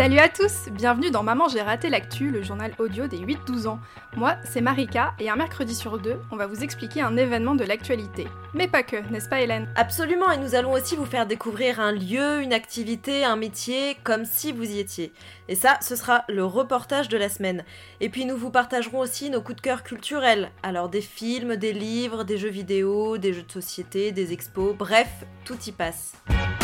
Salut à tous, bienvenue dans Maman j'ai raté l'actu, le journal audio des 8-12 ans. Moi, c'est Marika, et un mercredi sur deux, on va vous expliquer un événement de l'actualité. Mais pas que, n'est-ce pas Hélène ? Absolument, et nous allons aussi vous faire découvrir un lieu, une activité, un métier, comme si vous y étiez. Et ça, ce sera le reportage de la semaine. Et puis nous vous partagerons aussi nos coups de cœur culturels. Alors des films, des livres, des jeux vidéo, des jeux de société, des expos, bref, tout y passe.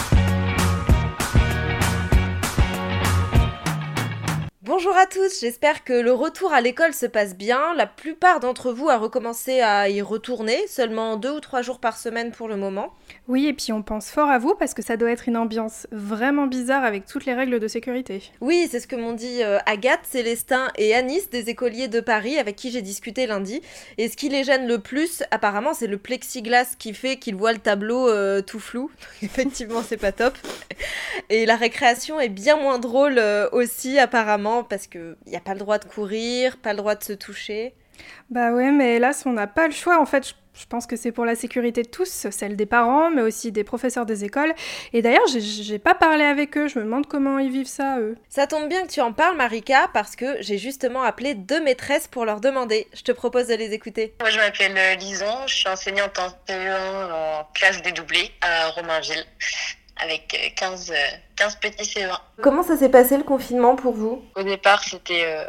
Bonjour à tous, j'espère que le retour à l'école se passe bien. La plupart d'entre vous a recommencé à y retourner, seulement 2 ou 3 jours par semaine pour le moment. Oui, et puis on pense fort à vous parce que ça doit être une ambiance vraiment bizarre avec toutes les règles de sécurité. Oui, c'est ce que m'ont dit Agathe, Célestin et Anis, des écoliers de Paris avec qui j'ai discuté lundi. Et ce qui les gêne le plus, apparemment, c'est le plexiglas qui fait qu'ils voient le tableau tout flou. Effectivement, c'est pas top. Et la récréation est bien moins drôle aussi, apparemment, parce qu'il n'y a pas le droit de courir, pas le droit de se toucher. Bah ouais, mais hélas, on n'a pas le choix. En fait, je pense que c'est pour la sécurité de tous, celle des parents, mais aussi des professeurs des écoles. Et d'ailleurs, j'ai pas parlé avec eux, je me demande comment ils vivent ça, eux. Ça tombe bien que tu en parles, Marika, parce que j'ai justement appelé 2 maîtresses pour leur demander. Je te propose de les écouter. Moi, je m'appelle Lison, je suis enseignante en CE1 en classe dédoublée à Romainville, avec 15 petits CE1. Comment ça s'est passé le confinement pour vous ? Au départ, c'était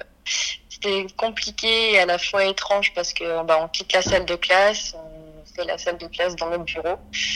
compliqué et à la fois étrange parce que on quitte la salle de classe, on fait la salle de classe dans notre bureau.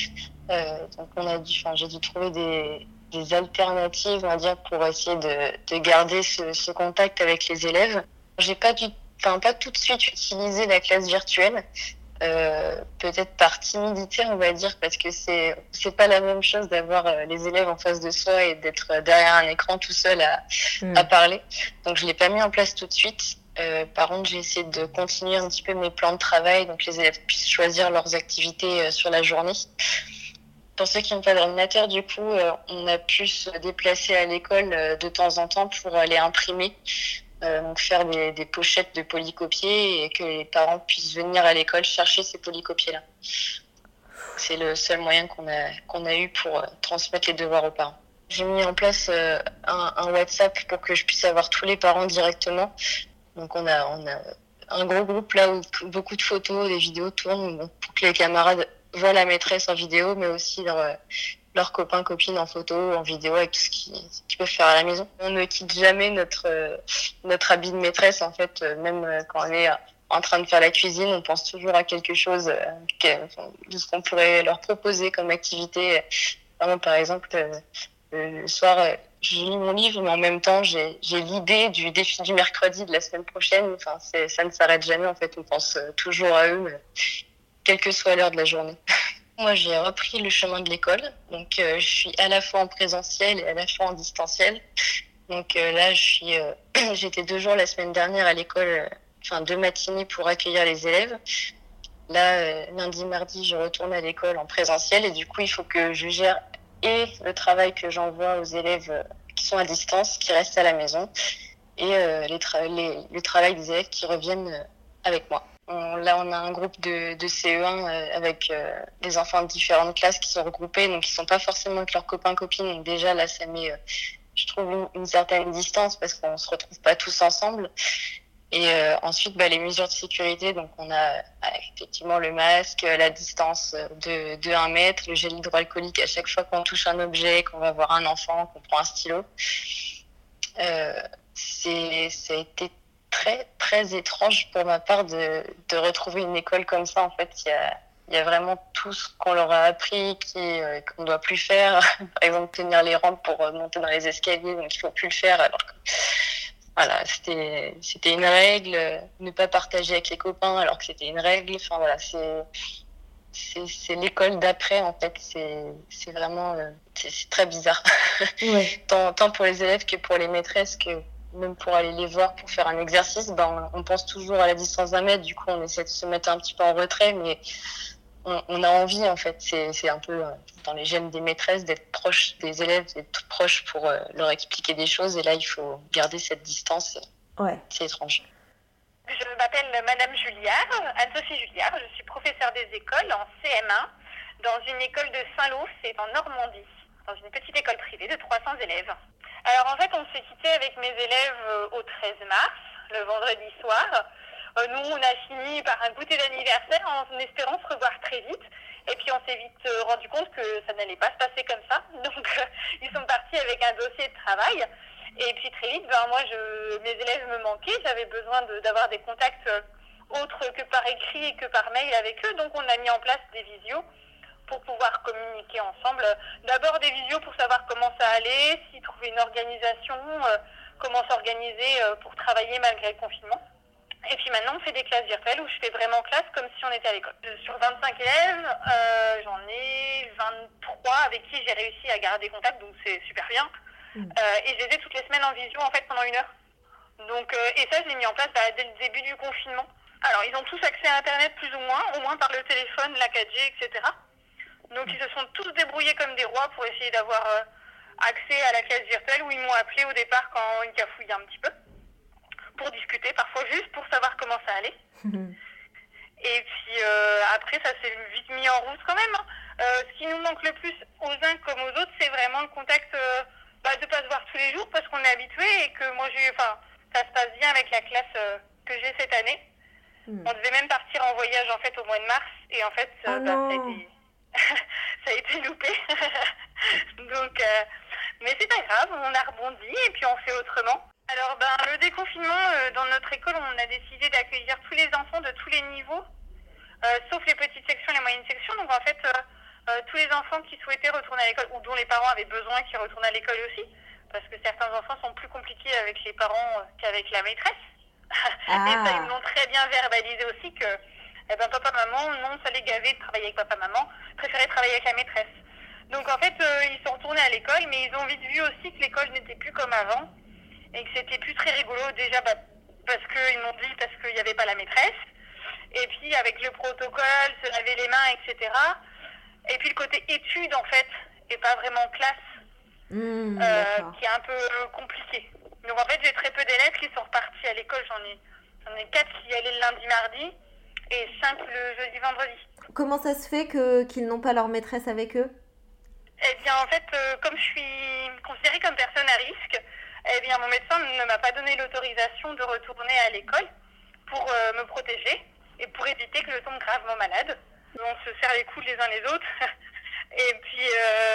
Donc j'ai dû trouver des alternatives, on va dire, pour essayer de garder ce contact avec les élèves. J'ai pas tout de suite utilisé la classe virtuelle. Peut-être par timidité, on va dire, parce que c'est pas la même chose d'avoir les élèves en face de soi et d'être derrière un écran tout seul à parler. Donc je l'ai pas mis en place tout de suite. Par contre, j'ai essayé de continuer un petit peu mes plans de travail, donc les élèves puissent choisir leurs activités sur la journée. Pour ceux qui n'ont pas d'ordinateur, du coup, on a pu se déplacer à l'école de temps en temps pour aller imprimer. Donc faire des pochettes de polycopiés et que les parents puissent venir à l'école chercher ces polycopiés-là. C'est le seul moyen qu'on a eu pour transmettre les devoirs aux parents. J'ai mis en place un WhatsApp pour que je puisse avoir tous les parents directement. Donc on a un gros groupe là où beaucoup de photos, des vidéos tournent pour que les camarades voient la maîtresse en vidéo, mais aussi leurs copains, copines en photo, en vidéo, avec tout ce qu'ils peuvent faire à la maison. On ne quitte jamais notre habit de maîtresse, en fait, même quand on est en train de faire la cuisine, on pense toujours à quelque chose de ce qu'on pourrait leur proposer comme activité. Vraiment, par exemple, le soir, je lis mon livre, mais en même temps, j'ai l'idée du défi du mercredi de la semaine prochaine. Enfin, ça ne s'arrête jamais, en fait, on pense toujours à eux, quelle que soit l'heure de la journée. Moi, j'ai repris le chemin de l'école. Donc, je suis à la fois en présentiel et à la fois en distanciel. Donc là, j'étais 2 jours la semaine dernière à l'école, 2 matinées pour accueillir les élèves. Là, lundi, mardi, je retourne à l'école en présentiel et du coup, il faut que je gère et le travail que j'envoie aux élèves qui sont à distance, qui restent à la maison, et le travail des élèves qui reviennent avec moi. Là, on a un groupe de CE1 avec des enfants de différentes classes qui sont regroupés, donc ils sont pas forcément avec leurs copains, copines. Donc déjà, là, ça met, je trouve, une certaine distance parce qu'on se retrouve pas tous ensemble. Et ensuite, les mesures de sécurité, donc on a effectivement le masque, la distance de 1 mètre, le gel hydroalcoolique à chaque fois qu'on touche un objet, qu'on va voir un enfant, qu'on prend un stylo. Ça a été très très étrange pour ma part de retrouver une école comme ça. En fait, il y a vraiment tout ce qu'on leur a appris qu'on doit plus faire. Par exemple, tenir les rampes pour monter dans les escaliers, donc il faut plus le faire. Alors que voilà, c'était une règle. Ne pas partager avec les copains, alors que c'était une règle. Enfin voilà, c'est l'école d'après, en fait. C'est vraiment c'est très bizarre. Ouais. Tant pour les élèves que pour les maîtresses, que même pour aller les voir pour faire un exercice, on pense toujours à la distance d'1 mètre. Du coup, on essaie de se mettre un petit peu en retrait, mais on a envie, en fait. C'est un peu dans les gènes des maîtresses d'être proche des élèves, d'être proche pour leur expliquer des choses. Et là, il faut garder cette distance. Ouais. C'est étrange. Je m'appelle Madame Julliard, Anne-Sophie Julliard. Je suis professeure des écoles en CM1 dans une école de Saint-Lô, c'est en Normandie, dans une petite école privée de 300 élèves. Alors en fait, on s'est quitté avec mes élèves au 13 mars, le vendredi soir. Nous, on a fini par un goûter d'anniversaire en espérant se revoir très vite. Et puis on s'est vite rendu compte que ça n'allait pas se passer comme ça. Donc ils sont partis avec un dossier de travail. Et puis très vite, mes élèves me manquaient. J'avais besoin d'avoir des contacts autres que par écrit et que par mail avec eux. Donc on a mis en place des visios pour pouvoir communiquer ensemble. D'abord des visios pour savoir comment ça allait, s'y trouver une organisation, comment s'organiser pour travailler malgré le confinement. Et puis maintenant, on fait des classes virtuelles où je fais vraiment classe comme si on était à l'école. Sur 25 élèves, j'en ai 23 avec qui j'ai réussi à garder contact, donc c'est super bien. Et je les ai toutes les semaines en visio en fait pendant 1 heure. Donc, et ça, je l'ai mis en place dès le début du confinement. Alors, ils ont tous accès à Internet plus ou moins, au moins par le téléphone, la 4G, etc. Donc, ils se sont tous débrouillés comme des rois pour essayer d'avoir accès à la classe virtuelle où ils m'ont appelé au départ quand ils cafouillaient un petit peu. Pour discuter, parfois juste pour savoir comment ça allait. Et puis après, ça s'est vite mis en route quand même. Ce qui nous manque le plus aux uns comme aux autres, c'est vraiment le contact de pas se voir tous les jours parce qu'on est habitué et que moi ça se passe bien avec la classe que j'ai cette année. On devait même partir en voyage en fait au mois de mars et en fait ça a été loupé. Donc mais c'est pas grave, on a rebondi et puis on fait autrement. Alors, le déconfinement, dans notre école, on a décidé d'accueillir tous les enfants de tous les niveaux, sauf les petites sections et les moyennes sections. Donc, en fait, tous les enfants qui souhaitaient retourner à l'école, ou dont les parents avaient besoin qu'ils retournent à l'école aussi, parce que certains enfants sont plus compliqués avec les parents qu'avec la maîtresse. Ah. Et ça, ils m'ont très bien verbalisé aussi que papa, maman, non, ça les gavait de travailler avec papa, maman, préféraient travailler avec la maîtresse. Donc, en fait, ils sont retournés à l'école, mais ils ont vite vu aussi que l'école n'était plus comme avant. Et que c'était plus très rigolo déjà parce qu'ils m'ont dit parce qu'il n'y avait pas la maîtresse et puis avec le protocole, se laver les mains, etc. Et puis le côté études en fait et pas vraiment classe qui est un peu compliqué. Donc en fait j'ai très peu d'élèves qui sont repartis à l'école, j'en ai 4 qui allaient le lundi mardi et 5 le jeudi vendredi. Comment ça se fait qu'ils n'ont pas leur maîtresse avec eux? Eh bien en fait comme je suis considérée comme personne à risque, eh bien, mon médecin ne m'a pas donné l'autorisation de retourner à l'école pour me protéger et pour éviter que je tombe gravement malade. On se serre les coudes les uns les autres. Et puis,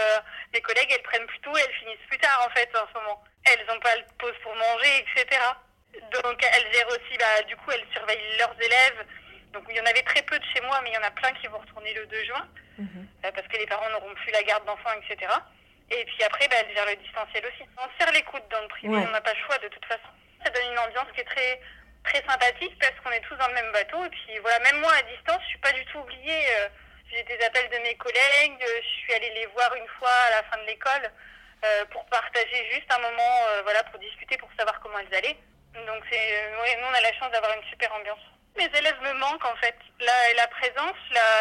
les collègues, elles prennent plus tôt et elles finissent plus tard, en fait, en ce moment. Elles n'ont pas de pause pour manger, etc. Donc, elles gèrent aussi, du coup, elles surveillent leurs élèves. Donc, il y en avait très peu de chez moi, mais il y en a plein qui vont retourner le 2 juin. Parce que les parents n'auront plus la garde d'enfants, etc. Et puis après, elle gère le distanciel aussi. On serre les coudes dans le privé, on n'a pas le choix de toute façon. Ça donne une ambiance qui est très, très sympathique parce qu'on est tous dans le même bateau. Et puis voilà, même moi à distance, je suis pas du tout oubliée. J'ai des appels de mes collègues, je suis allée les voir une fois à la fin de l'école pour partager juste un moment, pour discuter, pour savoir comment elles allaient. Donc nous on a la chance d'avoir une super ambiance. Mes élèves me manquent en fait. La présence,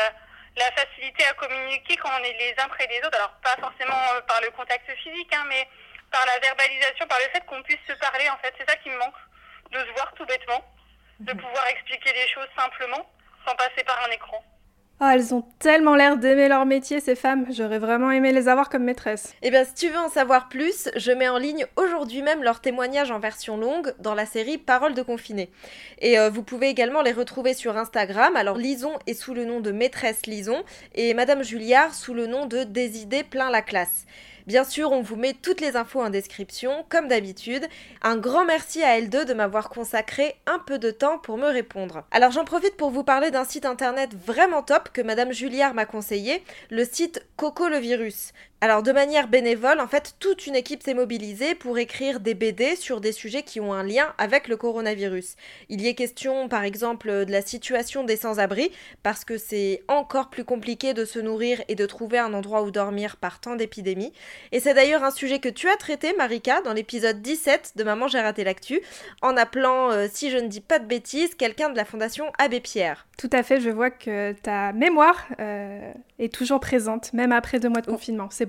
la facilité à communiquer quand on est les uns près des autres, alors pas forcément par le contact physique, mais par la verbalisation, par le fait qu'on puisse se parler, en fait, c'est ça qui me manque, de se voir tout bêtement, de pouvoir expliquer les choses simplement, sans passer par un écran. Oh, elles ont tellement l'air d'aimer leur métier, ces femmes. J'aurais vraiment aimé les avoir comme maîtresses. Eh bien, si tu veux en savoir plus, je mets en ligne aujourd'hui même leurs témoignages en version longue dans la série Paroles de confinés. Et vous pouvez également les retrouver sur Instagram. Alors, Lison est sous le nom de Maîtresse Lison et Madame Julliard sous le nom de Des idées plein la classe. Bien sûr, on vous met toutes les infos en description, comme d'habitude. Un grand merci à elles deux de m'avoir consacré un peu de temps pour me répondre. Alors j'en profite pour vous parler d'un site internet vraiment top que Madame Julliard m'a conseillé, le site Coco le Virus. Alors de manière bénévole, en fait, toute une équipe s'est mobilisée pour écrire des BD sur des sujets qui ont un lien avec le coronavirus. Il y est question par exemple de la situation des sans-abri, parce que c'est encore plus compliqué de se nourrir et de trouver un endroit où dormir par temps d'épidémie. Et c'est d'ailleurs un sujet que tu as traité, Marika, dans l'épisode 17 de Maman j'ai raté l'actu, en appelant, si je ne dis pas de bêtises, quelqu'un de la Fondation Abbé Pierre. Tout à fait, je vois que ta mémoire est toujours présente, même après 2 mois de confinement, c'est beau.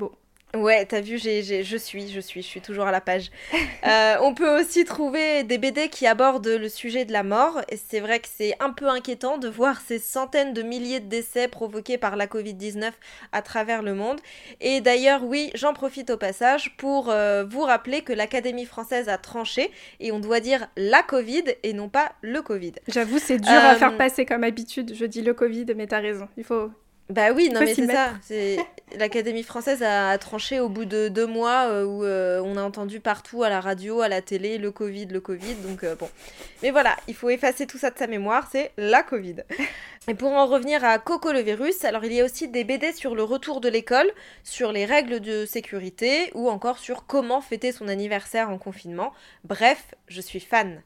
Ouais, t'as vu, je suis toujours à la page. On peut aussi trouver des BD qui abordent le sujet de la mort, et c'est vrai que c'est un peu inquiétant de voir ces centaines de milliers de décès provoqués par la Covid-19 à travers le monde. Et d'ailleurs, oui, j'en profite au passage pour vous rappeler que l'Académie française a tranché, et on doit dire la Covid et non pas le Covid. J'avoue, c'est dur à faire passer comme habitude. Je dis le Covid, mais t'as raison. Bah oui, non mais c'est ça. L'Académie française a tranché au bout de 2 mois où on a entendu partout à la radio, à la télé, le Covid, donc bon. Mais voilà, il faut effacer tout ça de sa mémoire, c'est la Covid. Et pour en revenir à Coco le virus, alors il y a aussi des BD sur le retour de l'école, sur les règles de sécurité ou encore sur comment fêter son anniversaire en confinement. Bref, je suis fan.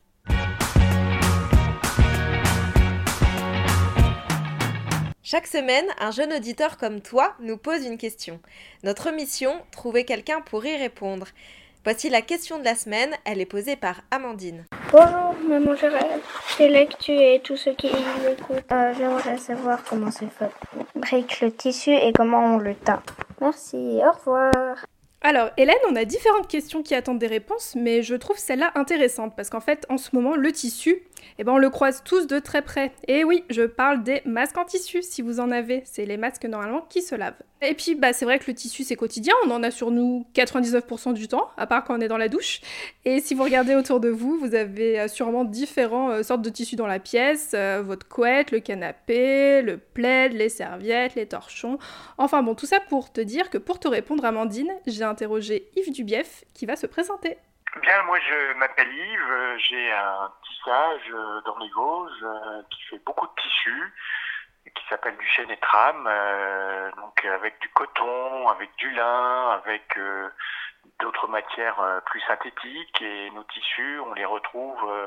Chaque semaine, un jeune auditeur comme toi nous pose une question. Notre mission, trouver quelqu'un pour y répondre. Voici la question de la semaine, elle est posée par Amandine. Bonjour, maman j'ai lectu et tous ceux qui l'écoutent. J'aimerais savoir comment se fabrique le tissu et comment on le teint. Merci, au revoir. Alors, Hélène, on a différentes questions qui attendent des réponses, mais je trouve celle-là intéressante, parce qu'en fait, en ce moment, le tissu, on le croise tous de très près. Et oui, je parle des masques en tissu, si vous en avez. C'est les masques, normalement, qui se lavent. Et puis, c'est vrai que le tissu, c'est quotidien, on en a sur nous 99% du temps, à part quand on est dans la douche. Et si vous regardez autour de vous, vous avez sûrement différentes sortes de tissus dans la pièce, votre couette, le canapé, le plaid, les serviettes, les torchons. Enfin bon, tout ça pour te dire que pour te répondre, Amandine, j'ai interrogé Yves Dubief, qui va se présenter. Bien, moi je m'appelle Yves, j'ai un tissage dans les Vosges qui fait beaucoup de tissus, qui s'appelle du chêne et trame, donc avec du coton, avec du lin, avec d'autres matières plus synthétiques, et nos tissus on les retrouve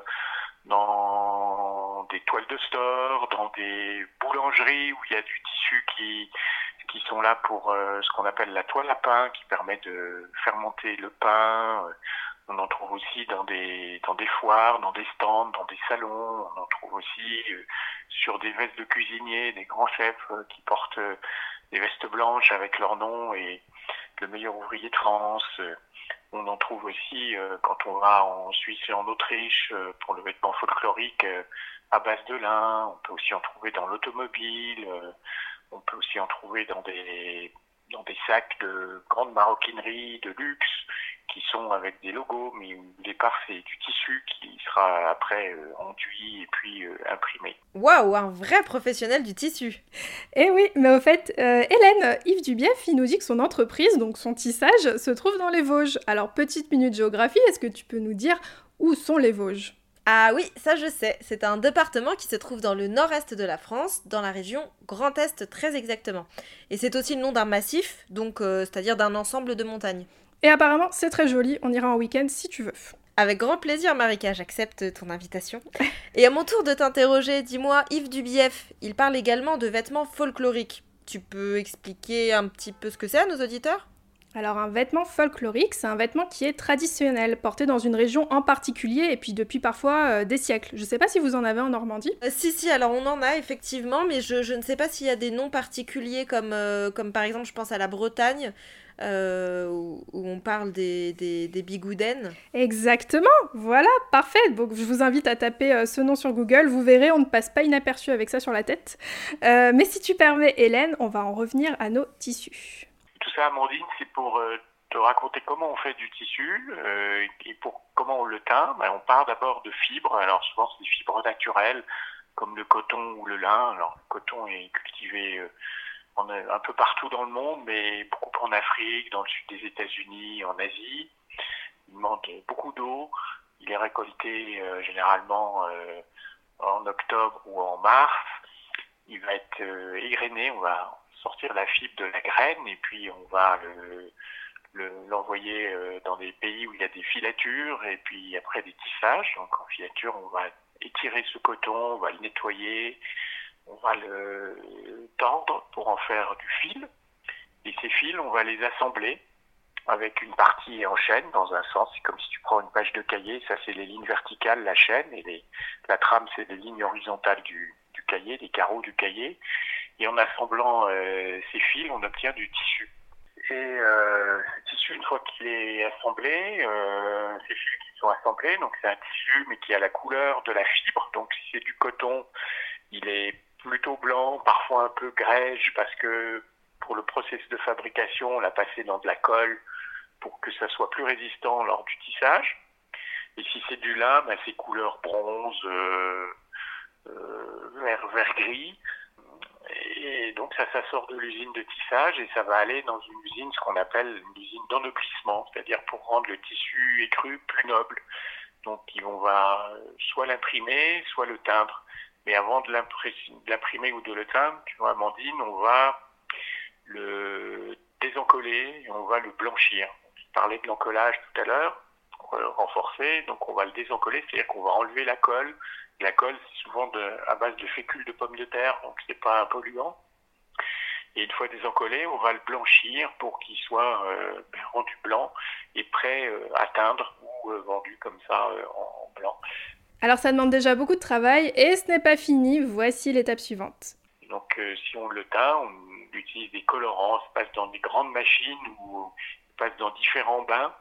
dans des toiles de store, dans des boulangeries où il y a du tissu qui sont là pour ce qu'on appelle la toile à pain, qui permet de fermenter le pain. On en trouve aussi dans des foires, dans des stands, dans des salons. On en trouve aussi sur des vestes de cuisiniers, des grands chefs qui portent des vestes blanches avec leur nom et le meilleur ouvrier de France. On en trouve aussi quand on va en Suisse et en Autriche pour le vêtement folklorique à base de lin. On peut aussi en trouver dans l'automobile. On peut aussi en trouver dans des sacs de grande maroquinerie, de luxe, qui sont avec des logos, mais au départ c'est du tissu qui sera après enduit et puis imprimé. Waouh, un vrai professionnel du tissu. Eh oui, mais au fait, Hélène, Yves Dubief, il nous dit que son entreprise, donc son tissage, se trouve dans les Vosges. Alors, petite minute géographie, est-ce que tu peux nous dire où sont les Vosges ? Ah oui, ça je sais, c'est un département qui se trouve dans le nord-est de la France, dans la région Grand Est très exactement. Et c'est aussi le nom d'un massif, donc c'est-à-dire d'un ensemble de montagnes. Et apparemment, c'est très joli, on ira en week-end si tu veux. Avec grand plaisir, Marika, j'accepte ton invitation. Et à mon tour de t'interroger, dis-moi, Yves Dubief, il parle également de vêtements folkloriques. Tu peux expliquer un petit peu ce que c'est à nos auditeurs ? Alors un vêtement folklorique, c'est un vêtement qui est traditionnel, porté dans une région en particulier et puis depuis parfois des siècles. Je sais pas si vous en avez en Normandie. Si, alors on en a effectivement, mais je ne sais pas s'il y a des noms particuliers comme par exemple je pense à la Bretagne, où on parle des bigoudaines. Exactement, voilà, parfait. Donc je vous invite à taper ce nom sur Google, vous verrez, on ne passe pas inaperçu avec ça sur la tête. Mais si tu permets Hélène, on va en revenir à nos tissus. Tout ça, Amandine, c'est pour te raconter comment on fait du tissu et pour comment on le teint. On part d'abord de fibres. Alors souvent, c'est des fibres naturelles comme le coton ou le lin. Alors le coton est cultivé un peu partout dans le monde, mais beaucoup en Afrique, dans le sud des États-Unis, en Asie. Il manque beaucoup d'eau. Il est récolté généralement en octobre ou en mars. Il va être égrené. On va sortir la fibre de la graine et puis on va l'envoyer dans des pays où il y a des filatures et puis après des tissages. Donc en filature, on va étirer ce coton, on va le nettoyer, on va le tordre pour en faire du fil. Et ces fils, on va les assembler avec une partie en chaîne dans un sens. C'est comme si tu prends une page de cahier, ça c'est les lignes verticales, la chaîne, et la trame c'est les lignes horizontales du cahier, les carreaux du cahier. Et en assemblant ces fils, on obtient du tissu. Et assemblés, ces fils qui sont assemblés, donc c'est un tissu mais qui a la couleur de la fibre, donc si c'est du coton, il est plutôt blanc, parfois un peu grège, parce que pour le processus de fabrication, on l'a passé dans de la colle pour que ça soit plus résistant lors du tissage. Et si c'est du lin, c'est couleur bronze, vert gris. Et donc ça sort de l'usine de tissage et ça va aller dans une usine, ce qu'on appelle une usine d'ennoblissement, c'est-à-dire pour rendre le tissu écru plus noble. Donc on va soit l'imprimer, soit le teindre. Mais avant de l'imprimer ou de le teindre, tu vois, Amandine, on va le désencoller et on va le blanchir. Je parlais de l'encollage tout à l'heure, renforcer, donc on va le désencoller, c'est-à-dire qu'on va enlever la colle. La colle, c'est souvent à base de fécule de pommes de terre, donc c'est pas un polluant. Et une fois désencollé, on va le blanchir pour qu'il soit rendu blanc et prêt à teindre ou vendu comme ça en blanc. Alors ça demande déjà beaucoup de travail et ce n'est pas fini, voici l'étape suivante. Donc si on le teint, on utilise des colorants, ça passe dans des grandes machines ou on passe dans différents bains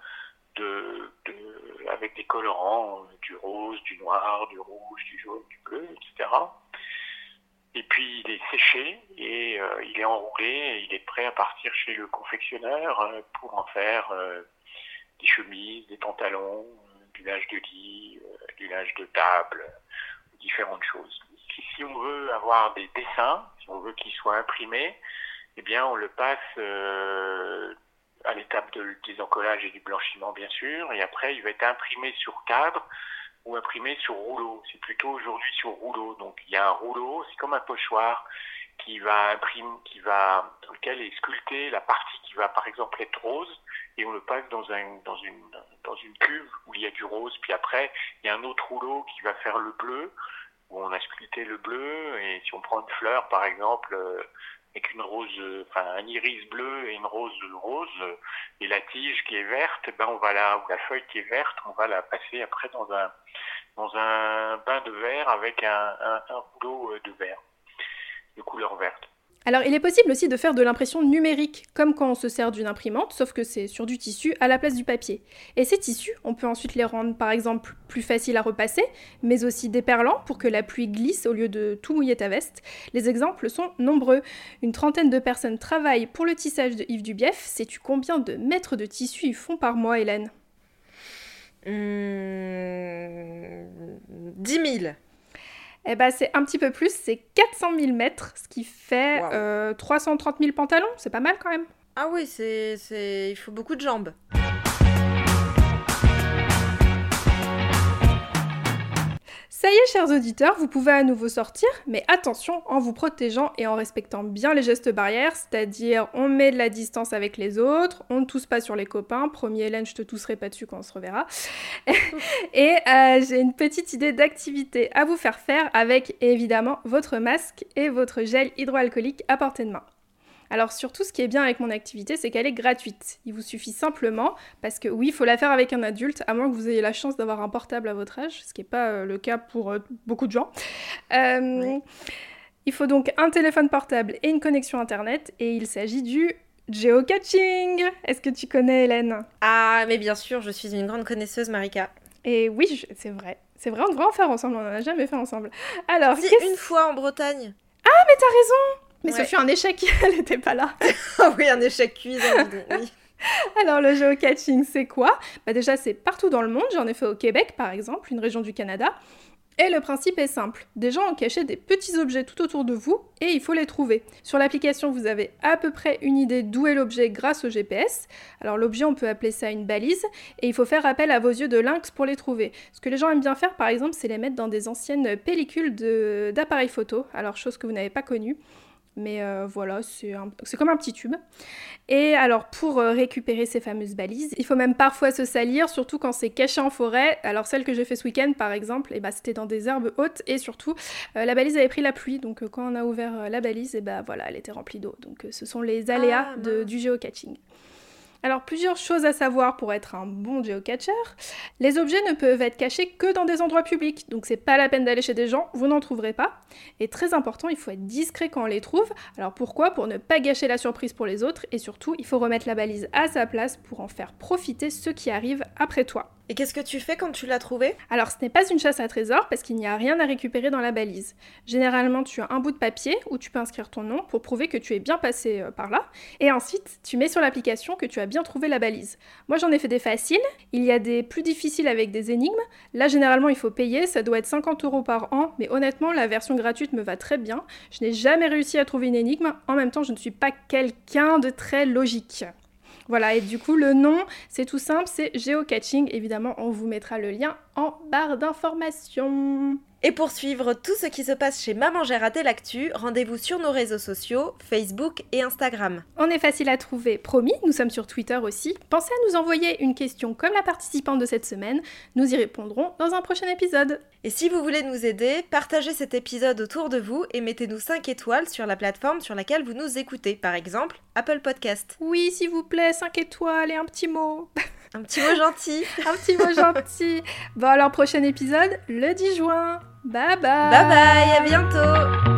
avec des colorants, du rose, du noir, du rouge, du jaune, du bleu, etc. Et puis il est séché et il est enroulé et il est prêt à partir chez le confectionneur pour en faire des chemises, des pantalons, du linge de lit, du linge de table, différentes choses. Si on veut avoir des dessins, si on veut qu'ils soient imprimés, eh bien on le passe à l'étape du désencollage et du blanchiment bien sûr, et après il va être imprimé sur cadre ou imprimé sur rouleau. C'est plutôt aujourd'hui sur rouleau. Donc il y a un rouleau, c'est comme un pochoir dans lequel est sculptée la partie qui va par exemple être rose, et on le passe dans une cuve où il y a du rose. Puis après il y a un autre rouleau qui va faire le bleu, où on a sculpté le bleu. Et si on prend une fleur par exemple avec une rose, un iris bleu et une rose et la tige qui est verte, ou la feuille qui est verte, on va la passer après dans un bain de verre avec un rouleau de verre de couleur verte. Alors il est possible aussi de faire de l'impression numérique, comme quand on se sert d'une imprimante, sauf que c'est sur du tissu à la place du papier. Et ces tissus, on peut ensuite les rendre par exemple plus faciles à repasser, mais aussi déperlants pour que la pluie glisse au lieu de tout mouiller ta veste. Les exemples sont nombreux. Une 30aine de personnes travaillent pour le tissage de Yves Dubief. Sais-tu combien de mètres de tissu ils font par mois, Hélène ? 10 000. C'est un petit peu plus, c'est 400 000 mètres, ce qui fait 330 000 pantalons, c'est pas mal quand même. Ah oui, il faut beaucoup de jambes. Ça y est, chers auditeurs, vous pouvez à nouveau sortir, mais attention, en vous protégeant et en respectant bien les gestes barrières, c'est-à-dire on met de la distance avec les autres, on ne tousse pas sur les copains, promis Hélène, je te tousserai pas dessus quand on se reverra. Et j'ai une petite idée d'activité à vous faire faire avec évidemment votre masque et votre gel hydroalcoolique à portée de main. Alors surtout, ce qui est bien avec mon activité, c'est qu'elle est gratuite. Il vous suffit simplement, parce que oui, il faut la faire avec un adulte, à moins que vous ayez la chance d'avoir un portable à votre âge, ce qui n'est pas le cas pour beaucoup de gens. Oui. Il faut donc un téléphone portable et une connexion internet, et il s'agit du géocaching. Est-ce que tu connais, Hélène ? Ah, mais bien sûr, je suis une grande connaisseuse, Marika. Et oui, c'est vrai. C'est vrai, on devrait en faire ensemble, on n'en a jamais fait ensemble. Alors, une fois en Bretagne. Ah, mais t'as raison ! Mais ça fut un échec, elle n'était pas là. Ah oui, un échec cuisant, oui. Alors le géocaching, c'est quoi ? Déjà, c'est partout dans le monde, j'en ai fait au Québec par exemple, une région du Canada. Et le principe est simple, des gens ont caché des petits objets tout autour de vous et il faut les trouver. Sur l'application, vous avez à peu près une idée d'où est l'objet grâce au GPS. Alors l'objet, on peut appeler ça une balise et il faut faire appel à vos yeux de lynx pour les trouver. Ce que les gens aiment bien faire par exemple, c'est les mettre dans des anciennes pellicules d'appareils photo, alors chose que vous n'avez pas connue. Mais voilà, c'est comme un petit tube. Et alors, pour récupérer ces fameuses balises, il faut même parfois se salir, surtout quand c'est caché en forêt. Alors, celle que j'ai fait ce week-end, par exemple, c'était dans des herbes hautes. Et surtout, la balise avait pris la pluie. Donc, quand on a ouvert la balise, voilà, elle était remplie d'eau. Donc, ce sont les aléas du géocaching. Alors, plusieurs choses à savoir pour être un bon géocatcher. Les objets ne peuvent être cachés que dans des endroits publics, donc c'est pas la peine d'aller chez des gens, vous n'en trouverez pas. Et très important, il faut être discret quand on les trouve. Alors pourquoi ? Pour ne pas gâcher la surprise pour les autres, et surtout, il faut remettre la balise à sa place pour en faire profiter ceux qui arrivent après toi. Et qu'est-ce que tu fais quand tu l'as trouvé ? Alors ce n'est pas une chasse à trésor parce qu'il n'y a rien à récupérer dans la balise. Généralement tu as un bout de papier où tu peux inscrire ton nom pour prouver que tu es bien passé par là. Et ensuite tu mets sur l'application que tu as bien trouvé la balise. Moi j'en ai fait des faciles, il y a des plus difficiles avec des énigmes. Là généralement il faut payer, ça doit être 50 € par an, mais honnêtement la version gratuite me va très bien. Je n'ai jamais réussi à trouver une énigme, en même temps je ne suis pas quelqu'un de très logique. Voilà, et du coup, le nom, c'est tout simple, c'est Geocaching. Évidemment, on vous mettra le lien en barre d'informations. Et pour suivre tout ce qui se passe chez Maman j'ai raté l'actu, rendez-vous sur nos réseaux sociaux, Facebook et Instagram. On est facile à trouver, promis, nous sommes sur Twitter aussi. Pensez à nous envoyer une question comme la participante de cette semaine, nous y répondrons dans un prochain épisode. Et si vous voulez nous aider, partagez cet épisode autour de vous et mettez-nous 5 étoiles sur la plateforme sur laquelle vous nous écoutez, par exemple Apple Podcast. Oui, s'il vous plaît, 5 étoiles et un petit mot. Un petit mot gentil. Un petit mot gentil. Bon alors, prochain épisode, le 10 juin. Bye bye. Bye bye, à bientôt.